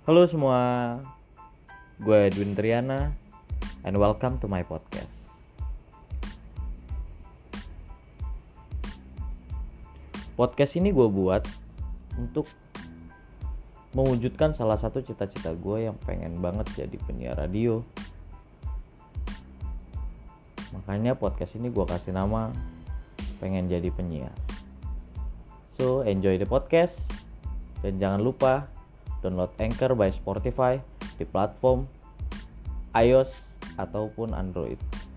Halo semua, gue Edwin Triana and welcome to my podcast. Podcast ini gue buat untuk mewujudkan salah satu cita-cita gue yang pengen banget jadi penyiar radio. Makanya podcast ini gue kasih nama pengen jadi penyiar. So enjoy the podcast dan jangan lupa download Anchor by Spotify di platform iOS ataupun Android.